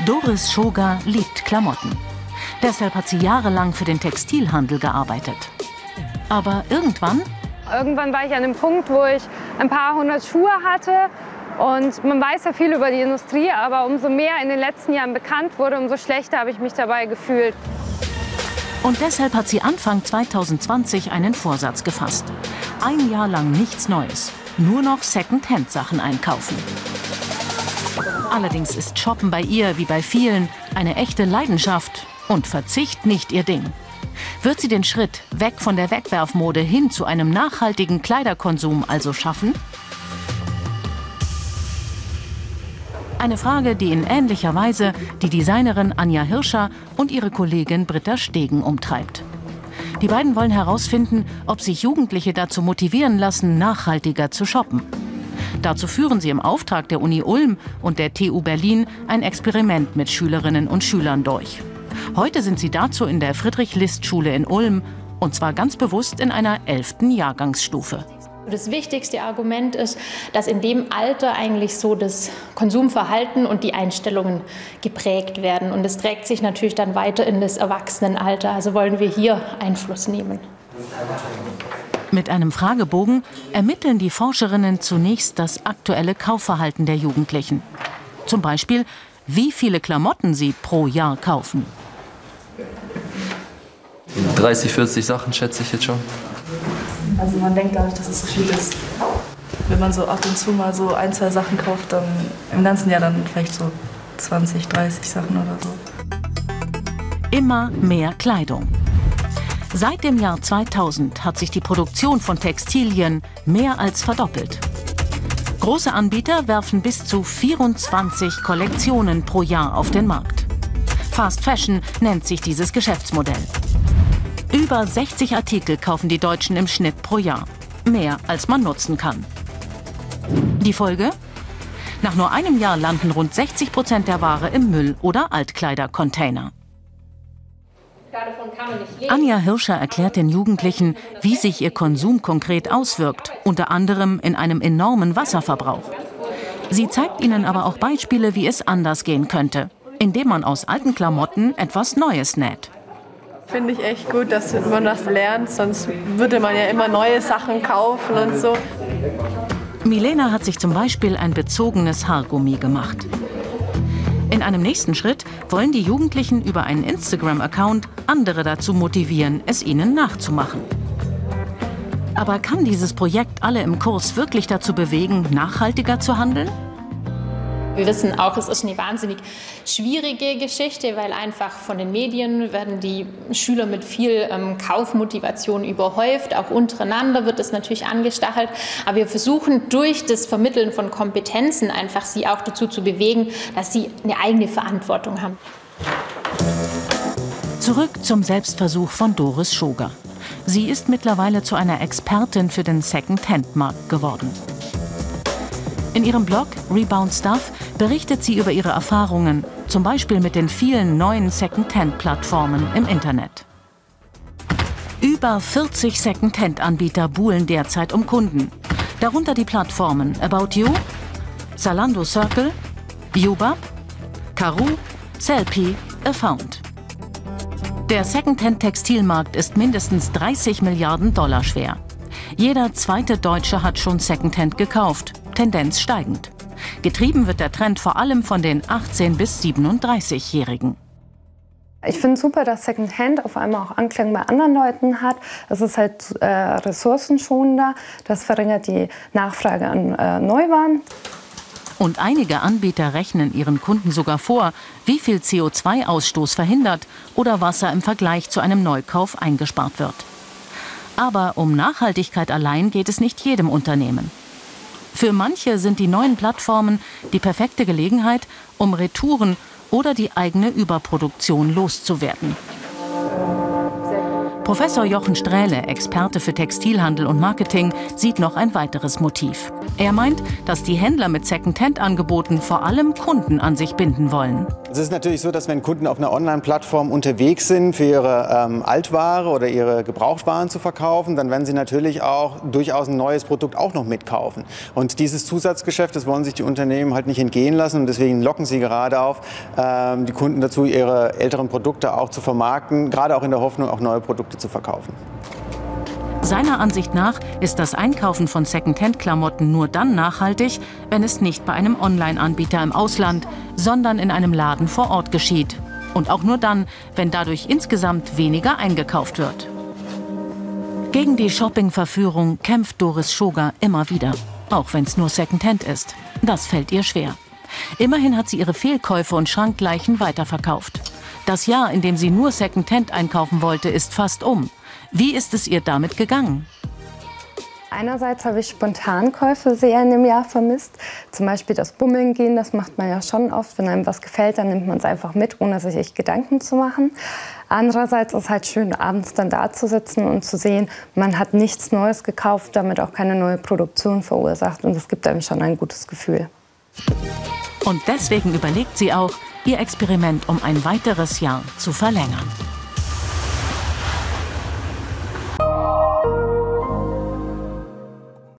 Doris Schoger liebt Klamotten. Deshalb hat sie jahrelang für den Textilhandel gearbeitet. Aber irgendwann war ich an dem Punkt, wo ich ein paar hundert Schuhe hatte. Und man weiß ja viel über die Industrie, aber umso mehr in den letzten Jahren bekannt wurde, umso schlechter habe ich mich dabei gefühlt. Und deshalb hat sie Anfang 2020 einen Vorsatz gefasst. Ein Jahr lang nichts Neues, nur noch Second-Hand-Sachen einkaufen. Allerdings ist Shoppen bei ihr, wie bei vielen, eine echte Leidenschaft und Verzicht nicht ihr Ding. Wird sie den Schritt weg von der Wegwerfmode hin zu einem nachhaltigen Kleiderkonsum also schaffen? Eine Frage, die in ähnlicher Weise die Designerin Anja Hirscher und ihre Kollegin Britta Stegen umtreibt. Die beiden wollen herausfinden, ob sich Jugendliche dazu motivieren lassen, nachhaltiger zu shoppen. Dazu führen sie im Auftrag der Uni Ulm und der TU Berlin ein Experiment mit Schülerinnen und Schülern durch. Heute sind sie dazu in der Friedrich-List-Schule in Ulm, und zwar ganz bewusst in einer 11. Jahrgangsstufe. Das wichtigste Argument ist, dass in dem Alter eigentlich so das Konsumverhalten und die Einstellungen geprägt werden. Und es trägt sich natürlich dann weiter in das Erwachsenenalter. Also wollen wir hier Einfluss nehmen. Mit einem Fragebogen ermitteln die Forscherinnen zunächst das aktuelle Kaufverhalten der Jugendlichen. Zum Beispiel, wie viele Klamotten sie pro Jahr kaufen. 30, 40 Sachen schätze ich jetzt schon. Also man denkt gar nicht, dass es so viel ist. Wenn man so ab und zu mal so ein, zwei Sachen kauft, dann im ganzen Jahr dann vielleicht so 20, 30 Sachen oder so. Immer mehr Kleidung. Seit dem Jahr 2000 hat sich die Produktion von Textilien mehr als verdoppelt. Große Anbieter werfen bis zu 24 Kollektionen pro Jahr auf den Markt. Fast Fashion nennt sich dieses Geschäftsmodell. Über 60 Artikel kaufen die Deutschen im Schnitt pro Jahr. Mehr, als man nutzen kann. Die Folge? Nach nur einem Jahr landen rund 60% der Ware im Müll- oder Altkleidercontainer. Anja Hirscher erklärt den Jugendlichen, wie sich ihr Konsum konkret auswirkt, unter anderem in einem enormen Wasserverbrauch. Sie zeigt ihnen aber auch Beispiele, wie es anders gehen könnte, indem man aus alten Klamotten etwas Neues näht. Finde ich echt gut, dass man das lernt, sonst würde man ja immer neue Sachen kaufen und so. Milena hat sich zum Beispiel ein bezogenes Haargummi gemacht. In einem nächsten Schritt wollen die Jugendlichen über einen Instagram-Account andere dazu motivieren, es ihnen nachzumachen. Aber kann dieses Projekt alle im Kurs wirklich dazu bewegen, nachhaltiger zu handeln? Wir wissen auch, es ist eine wahnsinnig schwierige Geschichte, weil einfach von den Medien werden die Schüler mit viel Kaufmotivation überhäuft. Auch untereinander wird es natürlich angestachelt. Aber wir versuchen durch das Vermitteln von Kompetenzen einfach sie auch dazu zu bewegen, dass sie eine eigene Verantwortung haben. Zurück zum Selbstversuch von Doris Schoger. Sie ist mittlerweile zu einer Expertin für den Second-Hand-Markt geworden. In ihrem Blog Rebound Stuff berichtet sie über ihre Erfahrungen, zum Beispiel mit den vielen neuen Second-Hand-Plattformen im Internet. Über 40 Second-Hand-Anbieter buhlen derzeit um Kunden. Darunter die Plattformen About You, Zalando Circle, Ubab, Karoo, Sellpy, Afound. Der Second-Hand-Textilmarkt ist mindestens 30 Milliarden $ schwer. Jeder zweite Deutsche hat schon Second-Hand gekauft, Tendenz steigend. Getrieben wird der Trend vor allem von den 18- bis 37-Jährigen. Ich finde es super, dass Secondhand auf einmal auch Anklang bei anderen Leuten hat. Es ist halt ressourcenschonender, das verringert die Nachfrage an Neuwaren. Und einige Anbieter rechnen ihren Kunden sogar vor, wie viel CO2-Ausstoß verhindert oder Wasser im Vergleich zu einem Neukauf eingespart wird. Aber um Nachhaltigkeit allein geht es nicht jedem Unternehmen. Für manche sind die neuen Plattformen die perfekte Gelegenheit, um Retouren oder die eigene Überproduktion loszuwerden. Professor Jochen Strähle, Experte für Textilhandel und Marketing, sieht noch ein weiteres Motiv. Er meint, dass die Händler mit Second-Hand-Angeboten vor allem Kunden an sich binden wollen. Es ist natürlich so, dass wenn Kunden auf einer Online-Plattform unterwegs sind, für ihre Altware oder ihre Gebrauchtwaren zu verkaufen, dann werden sie natürlich auch durchaus ein neues Produkt auch noch mitkaufen. Und dieses Zusatzgeschäft, das wollen sich die Unternehmen halt nicht entgehen lassen. Und deswegen locken sie gerade auf, die Kunden dazu, ihre älteren Produkte auch zu vermarkten, gerade auch in der Hoffnung, auch neue Produkte zu verkaufen. Seiner Ansicht nach ist das Einkaufen von Secondhand-Klamotten nur dann nachhaltig, wenn es nicht bei einem Online-Anbieter im Ausland, sondern in einem Laden vor Ort geschieht. Und auch nur dann, wenn dadurch insgesamt weniger eingekauft wird. Gegen die Shopping-Verführung kämpft Doris Schoger immer wieder, auch wenn es nur Secondhand ist. Das fällt ihr schwer. Immerhin hat sie ihre Fehlkäufe und Schrankleichen weiterverkauft. Das Jahr, in dem sie nur Secondhand einkaufen wollte, ist fast um. Wie ist es ihr damit gegangen? Einerseits habe ich Spontankäufe sehr in dem Jahr vermisst. Zum Beispiel das Bummeln gehen, das macht man ja schon oft. Wenn einem was gefällt, dann nimmt man es einfach mit, ohne sich echt Gedanken zu machen. Andererseits ist es halt schön, abends dann da zu sitzen und zu sehen, man hat nichts Neues gekauft, damit auch keine neue Produktion verursacht. Und das gibt einem schon ein gutes Gefühl. Und deswegen überlegt sie auch, ihr Experiment um ein weiteres Jahr zu verlängern.